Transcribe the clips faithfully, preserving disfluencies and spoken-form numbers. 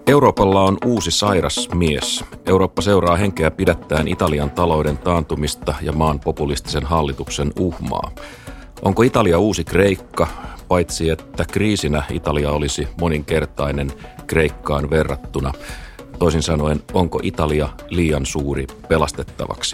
Euroopalla on uusi sairas mies. Eurooppa seuraa henkeä pidättäen Italian talouden taantumista ja maan populistisen hallituksen uhmaa. Onko Italia uusi Kreikka, paitsi että kriisinä Italia olisi moninkertainen Kreikkaan verrattuna? Toisin sanoen, onko Italia liian suuri pelastettavaksi?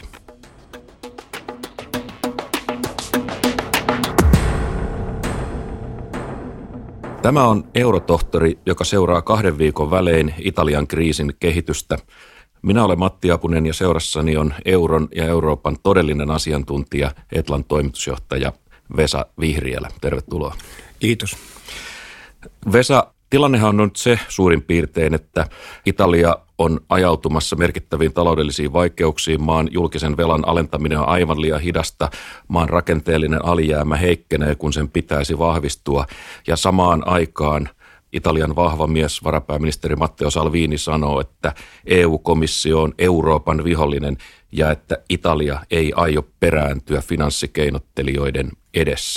Tämä on Eurotohtori, joka seuraa kahden viikon välein Italian kriisin kehitystä. Minä olen Matti Apunen ja seurassani on euron ja Euroopan todellinen asiantuntija, Etlan toimitusjohtaja Vesa Vihriälä. Tervetuloa. Kiitos. Vesa, tilannehan on nyt se suurin piirtein, että Italia on ajautumassa merkittäviin taloudellisiin vaikeuksiin. Maan julkisen velan alentaminen on aivan liian hidasta. Maan rakenteellinen alijäämä heikkenee, kun sen pitäisi vahvistua. Ja samaan aikaan Italian vahva mies, varapääministeri Matteo Salvini sanoo, että E U-komissio on Euroopan vihollinen ja että Italia ei aio perääntyä finanssikeinottelijoiden edessä.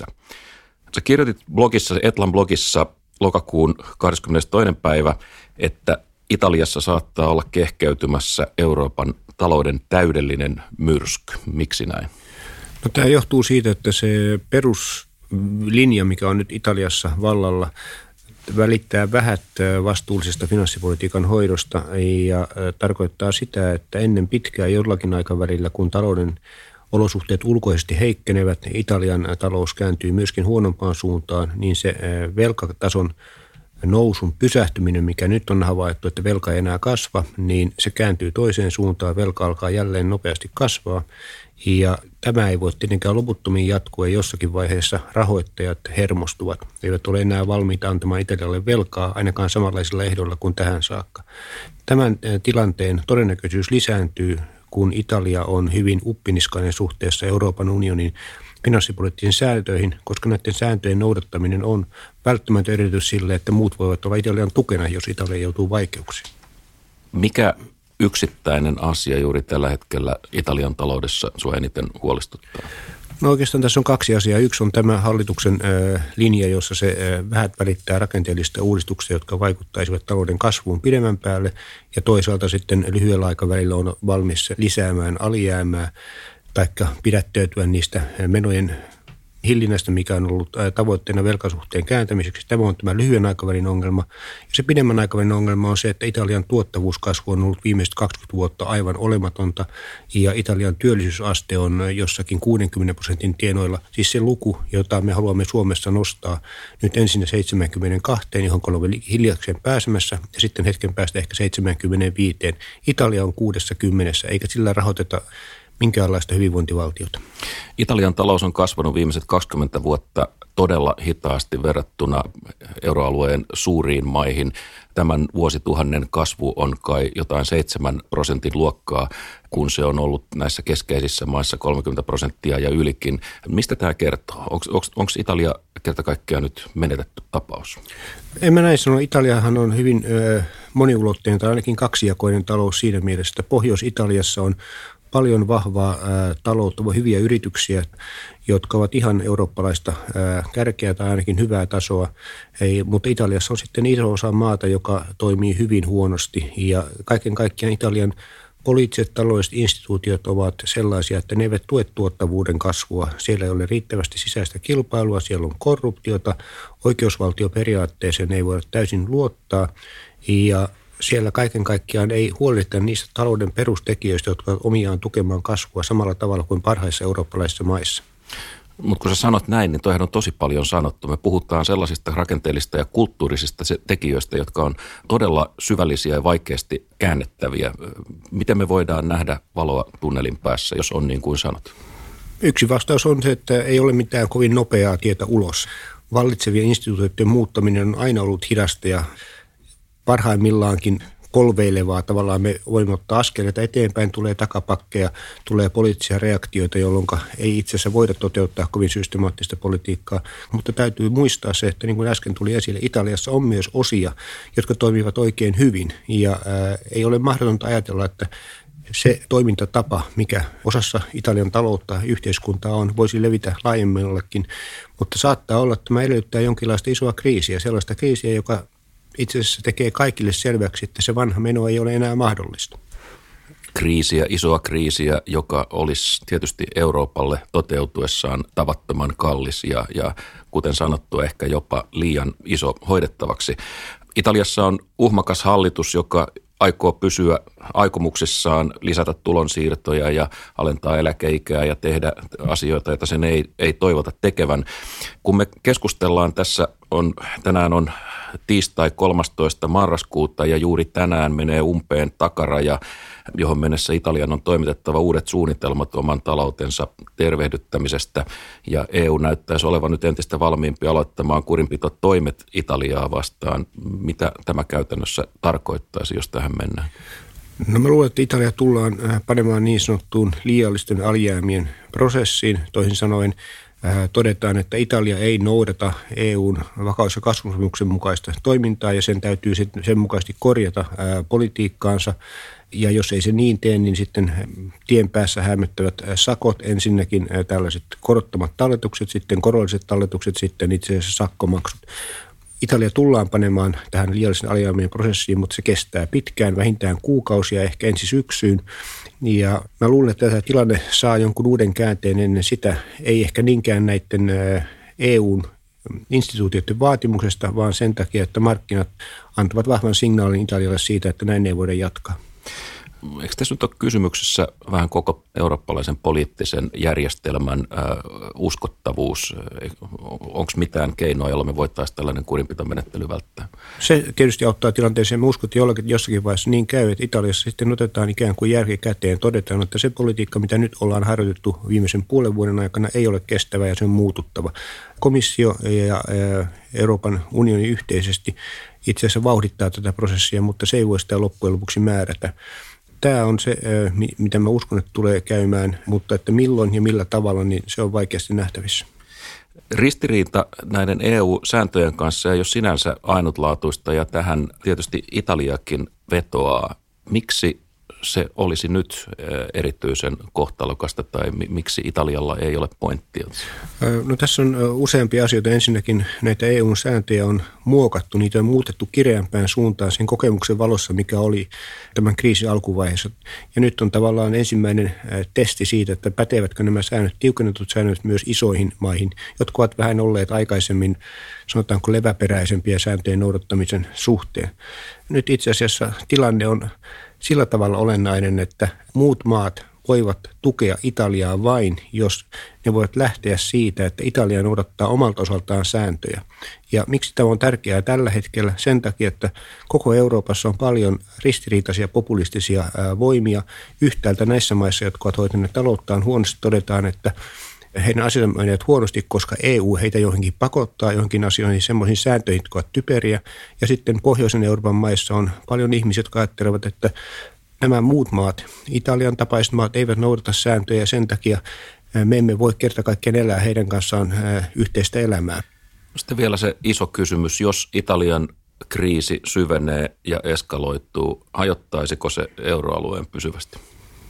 Sä kirjoitit blogissa, Etlan blogissa lokakuun kahdeskymmenestoinen päivä, että Italiassa saattaa olla kehkeytymässä Euroopan talouden täydellinen myrsky. Miksi näin? No, tämä johtuu siitä, että se peruslinja, mikä on nyt Italiassa vallalla, välittää vähät vastuullisesta finanssipolitiikan hoidosta ja tarkoittaa sitä, että ennen pitkää jollakin aikavälillä, kun talouden olosuhteet ulkoisesti heikkenevät, Italian talous kääntyy myöskin huonompaan suuntaan, niin se velkatason nousun pysähtyminen, mikä nyt on havaittu, että velka ei enää kasva, niin se kääntyy toiseen suuntaan, velka alkaa jälleen nopeasti kasvaa. Ja tämä ei voi tietenkään loputtomiin jatkua, ja jossakin vaiheessa rahoittajat hermostuvat. Eivät ole enää valmiita antamaan Italialle velkaa ainakaan samanlaisilla ehdoilla kuin tähän saakka. Tämän tilanteen todennäköisyys lisääntyy, kun Italia on hyvin uppiniskainen suhteessa Euroopan unionin finanssipoliittisiin sääntöihin, koska näiden sääntöjen noudattaminen on välttämätön edellytys sille, että muut voivat olla Italian tukena, jos Italia joutuu vaikeuksiin. Mikä yksittäinen asia juuri tällä hetkellä Italian taloudessa sinua eniten huolestuttaa? No oikeastaan tässä on kaksi asiaa. Yksi on tämä hallituksen ö, linja, jossa se ö, vähät välittää rakenteellista uudistuksia, jotka vaikuttaisivat talouden kasvuun pidemmän päälle. Ja toisaalta sitten lyhyellä aikavälillä on valmis lisäämään alijäämää taikka pidättäytyä niistä menojen hillinnästä, mikä on ollut tavoitteena velkasuhteen kääntämiseksi. Tämä on tämä lyhyen aikavälin ongelma. Ja se pidemmän aikavälin ongelma on se, että Italian tuottavuuskasvu on ollut viimeiset kaksikymmentä vuotta aivan olematonta ja Italian työllisyysaste on jossakin kuudenkymmenen prosentin tienoilla. Siis se luku, jota me haluamme Suomessa nostaa nyt ensin seitsemänkymmentäkaksi, johon olemme hiljakseen pääsemässä ja sitten hetken päästä ehkä seitsemänkymmentäviisi. Italia on kuudessakymmenessä, eikä sillä rahoiteta minkäänlaista hyvinvointivaltiota. Italian talous on kasvanut viimeiset kaksikymmentä vuotta todella hitaasti verrattuna euroalueen suuriin maihin. Tämän vuosituhannen kasvu on kai jotain seitsemän prosentin luokkaa, kun se on ollut näissä keskeisissä maissa kolmekymmentä prosenttia ja ylikin. Mistä tämä kertoo? Onko Italia kerta kaikkiaan nyt menetetty tapaus? En mä näin sano. Italiahan on hyvin ö, moniulotteinen tai ainakin kaksijakoinen talous siinä mielessä, että Pohjois-Italiassa on paljon vahvaa ää, taloutta, hyviä yrityksiä, jotka ovat ihan eurooppalaista ää, kärkeä tai ainakin hyvää tasoa. Ei, mutta Italiassa on sitten iso osa maata, joka toimii hyvin huonosti ja kaiken kaikkiaan Italian poliittiset taloudelliset instituutiot ovat sellaisia, että ne eivät tue tuottavuuden kasvua. Siellä ei ole riittävästi sisäistä kilpailua, siellä on korruptiota, oikeusvaltioperiaatteeseen ei voida täysin luottaa ja siellä kaiken kaikkiaan ei huolehdita niistä talouden perustekijöistä, jotka ovat omiaan tukemaan kasvua samalla tavalla kuin parhaissa eurooppalaisissa maissa. Mutta kun sä sanot näin, niin toihan on tosi paljon sanottu. Me puhutaan sellaisista rakenteellisista ja kulttuurisista tekijöistä, jotka on todella syvällisiä ja vaikeasti käännettäviä. Miten me voidaan nähdä valoa tunnelin päässä, jos on niin kuin sanot? Yksi vastaus on se, että ei ole mitään kovin nopeaa tietä ulos. Vallitsevien instituutioiden muuttaminen on aina ollut hidasta ja parhaimmillaankin polveilevaa. Tavallaan me voimme ottaa askeleita eteenpäin, tulee takapakkeja, tulee poliittisia reaktioita, jolloin ei itse asiassa voida toteuttaa kovin systemaattista politiikkaa. Mutta täytyy muistaa se, että niin kuin äsken tuli esille, Italiassa on myös osia, jotka toimivat oikein hyvin. Ja ää, ei ole mahdotonta ajatella, että se toimintatapa, mikä osassa Italian taloutta ja yhteiskuntaa on, voisi levitä laajemmallekin. Mutta saattaa olla, että tämä edellyttää jonkinlaista isoa kriisiä, sellaista kriisiä, joka itse asiassa tekee kaikille selväksi, että se vanha meno ei ole enää mahdollista. Kriisiä, isoa kriisiä, joka olisi tietysti Euroopalle toteutuessaan tavattoman kallis ja, ja kuten sanottu, ehkä jopa liian iso hoidettavaksi. Italiassa on uhmakas hallitus, joka aikoo pysyä aikomuksissaan lisätä tulonsiirtoja ja alentaa eläkeikää ja tehdä asioita, joita sen ei, ei toivota tekevän. Kun me keskustellaan tässä, on, tänään on tiistai kolmastoista marraskuuta ja juuri tänään menee umpeen takaraja, johon mennessä Italian on toimitettava uudet suunnitelmat oman taloutensa tervehdyttämisestä ja E U näyttäisi olevan nyt entistä valmiimpi aloittamaan kurinpitotoimet Italiaa vastaan. Mitä tämä käytännössä tarkoittaisi, jos tähän mennään? No mä luulen, että Italia tullaan panemaan niin sanottuun liiallisten alijäämien prosessiin. Toisin sanoen todetaan, että Italia ei noudata E U:n vakaus- ja kasvusopimuksen mukaista toimintaa ja sen täytyy sen mukaisesti korjata politiikkaansa. Ja jos ei se niin tee, niin sitten tien päässä hämöttävät sakot, ensinnäkin tällaiset korottamat talletukset, sitten korolliset talletukset, sitten itse asiassa sakkomaksut. Italia tullaan panemaan tähän liiallisen alijäämien prosessiin, mutta se kestää pitkään, vähintään kuukausia, ehkä ensi syksyyn. Ja mä luulen, että tämä tilanne saa jonkun uuden käänteen ennen sitä, ei ehkä niinkään näiden E U:n instituutioiden vaatimuksesta, vaan sen takia, että markkinat antavat vahvan signaalin Italialle siitä, että näin ei voida jatkaa. Eikö tässä nyt ole kysymyksessä vähän koko eurooppalaisen poliittisen järjestelmän äh, uskottavuus? Onko mitään keinoa, jolla me voitaisiin tällainen kurinpitomenettely välttää? Se tietysti auttaa tilanteeseen. Me uskon, että jollakin, jossakin vaiheessa niin käy, että Italiassa sitten otetaan ikään kuin järki käteen. Todetaan, että se politiikka, mitä nyt ollaan harjoitettu viimeisen puolen vuoden aikana, ei ole kestävä ja se on muututtava. Komissio ja Euroopan unioni yhteisesti itse asiassa vauhdittaa tätä prosessia, mutta se ei voi sitä loppujen lopuksi määrätä. Tämä on se, mitä mä uskon, että tulee käymään, mutta että milloin ja millä tavalla, niin se on vaikeasti nähtävissä. Ristiriita näiden E U-sääntöjen kanssa ei ole sinänsä ainutlaatuista ja tähän tietysti Italiakin vetoaa. Miksi se olisi nyt erityisen kohtalokasta tai miksi Italialla ei ole pointtia? No tässä on useampia asioita. Ensinnäkin näitä E U-sääntöjä on muokattu, niitä on muutettu kireämpään suuntaan sen kokemuksen valossa, mikä oli tämän kriisin alkuvaiheessa. Ja nyt on tavallaan ensimmäinen testi siitä, että pätevätkö nämä säännöt, tiukennetut säännöt myös isoihin maihin, jotka ovat vähän olleet aikaisemmin, sanotaanko leväperäisempiä sääntöjen noudattamisen suhteen. Nyt itse asiassa tilanne on sillä tavalla olennainen, että muut maat voivat tukea Italiaa vain, jos ne voivat lähteä siitä, että Italia noudattaa omalta osaltaan sääntöjä. Ja miksi tämä on tärkeää tällä hetkellä? Sen takia, että koko Euroopassa on paljon ristiriitaisia populistisia voimia. Yhtäältä näissä maissa, jotka ovat hoitaneet talouttaan huonosti, todetaan, että heidän asiat menevät huonosti, koska E U heitä johonkin pakottaa johonkin asioihin, semmoisiin sääntöihin, jotka ovat typeriä. Ja sitten Pohjoisen Euroopan maissa on paljon ihmisiä, jotka ajattelevat, että nämä muut maat, Italian tapaiset maat, eivät noudata sääntöjä ja sen takia me emme voi kerta kaikkiaan elää heidän kanssaan yhteistä elämää. Sitten vielä se iso kysymys, jos Italian kriisi syvenee ja eskaloituu, hajottaisiko se euroalueen pysyvästi?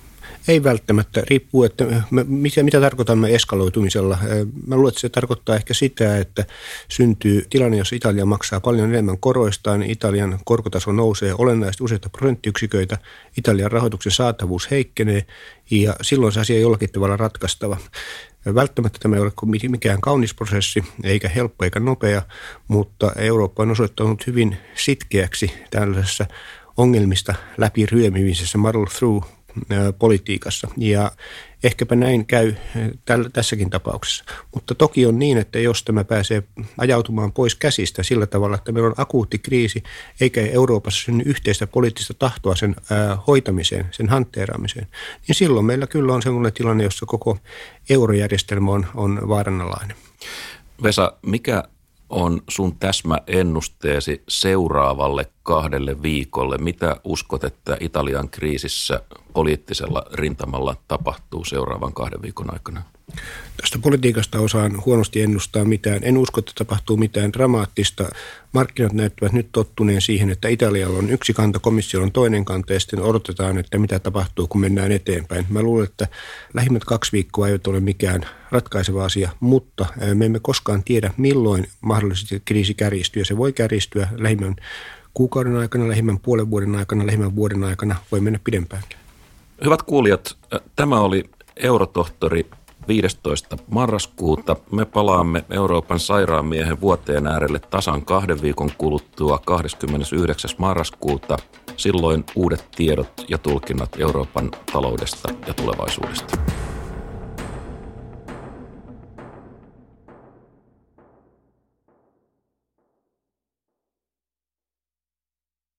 Ei välttämättä. Riippuu, että mitä, mitä tarkoitamme eskaloitumisella. Mä luulen, että se tarkoittaa ehkä sitä, että syntyy tilanne, jossa Italia maksaa paljon enemmän koroistaan. Italian korkotaso nousee olennaisesti useita prosenttiyksiköitä. Italian rahoituksen saatavuus heikkenee ja silloin se asia jollakin tavalla ratkaistava. Välttämättä tämä ei ole mikään kaunis prosessi, eikä helppo eikä nopea, mutta Eurooppa on osoittanut hyvin sitkeäksi tällaisessa ongelmista läpi ryömimisessä, muddle through politiikassa ja ehkäpä näin käy tässäkin tapauksessa. Mutta toki on niin, että jos tämä pääsee ajautumaan pois käsistä sillä tavalla, että meillä on akuutti kriisi eikä Euroopassa synny yhteistä poliittista tahtoa sen hoitamiseen, sen hanteeraamiseen, niin silloin meillä kyllä on sellainen tilanne, jossa koko eurojärjestelmä on, on vaaranalainen. Vesa, mikä on sun täsmäennusteesi seuraavalle kahdelle viikolle? Mitä uskot, että Italian kriisissä poliittisella rintamalla tapahtuu seuraavan kahden viikon aikana? Tästä politiikasta osaan huonosti ennustaa mitään. En usko, että tapahtuu mitään dramaattista. Markkinat näyttävät nyt tottuneen siihen, että Italialla on yksi kanta, komissiolla on toinen kanta ja sitten odotetaan, että mitä tapahtuu, kun mennään eteenpäin. Mä luulen, että lähimmät kaksi viikkoa ei ole mikään ratkaiseva asia, mutta me emme koskaan tiedä, milloin mahdollisesti kriisi kärjistyy. Se voi kärjistyä lähimmän kuukauden aikana, lähimmän puolen vuoden aikana, lähimmän vuoden aikana, voi mennä pidempäänkin. Hyvät kuulijat, tämä oli Eurotohtori viidestoista marraskuuta. Me palaamme Euroopan sairaanmiehen vuoteen äärelle tasan kahden viikon kuluttua kahdeskymmenesyhdeksäs marraskuuta. Silloin uudet tiedot ja tulkinnat Euroopan taloudesta ja tulevaisuudesta.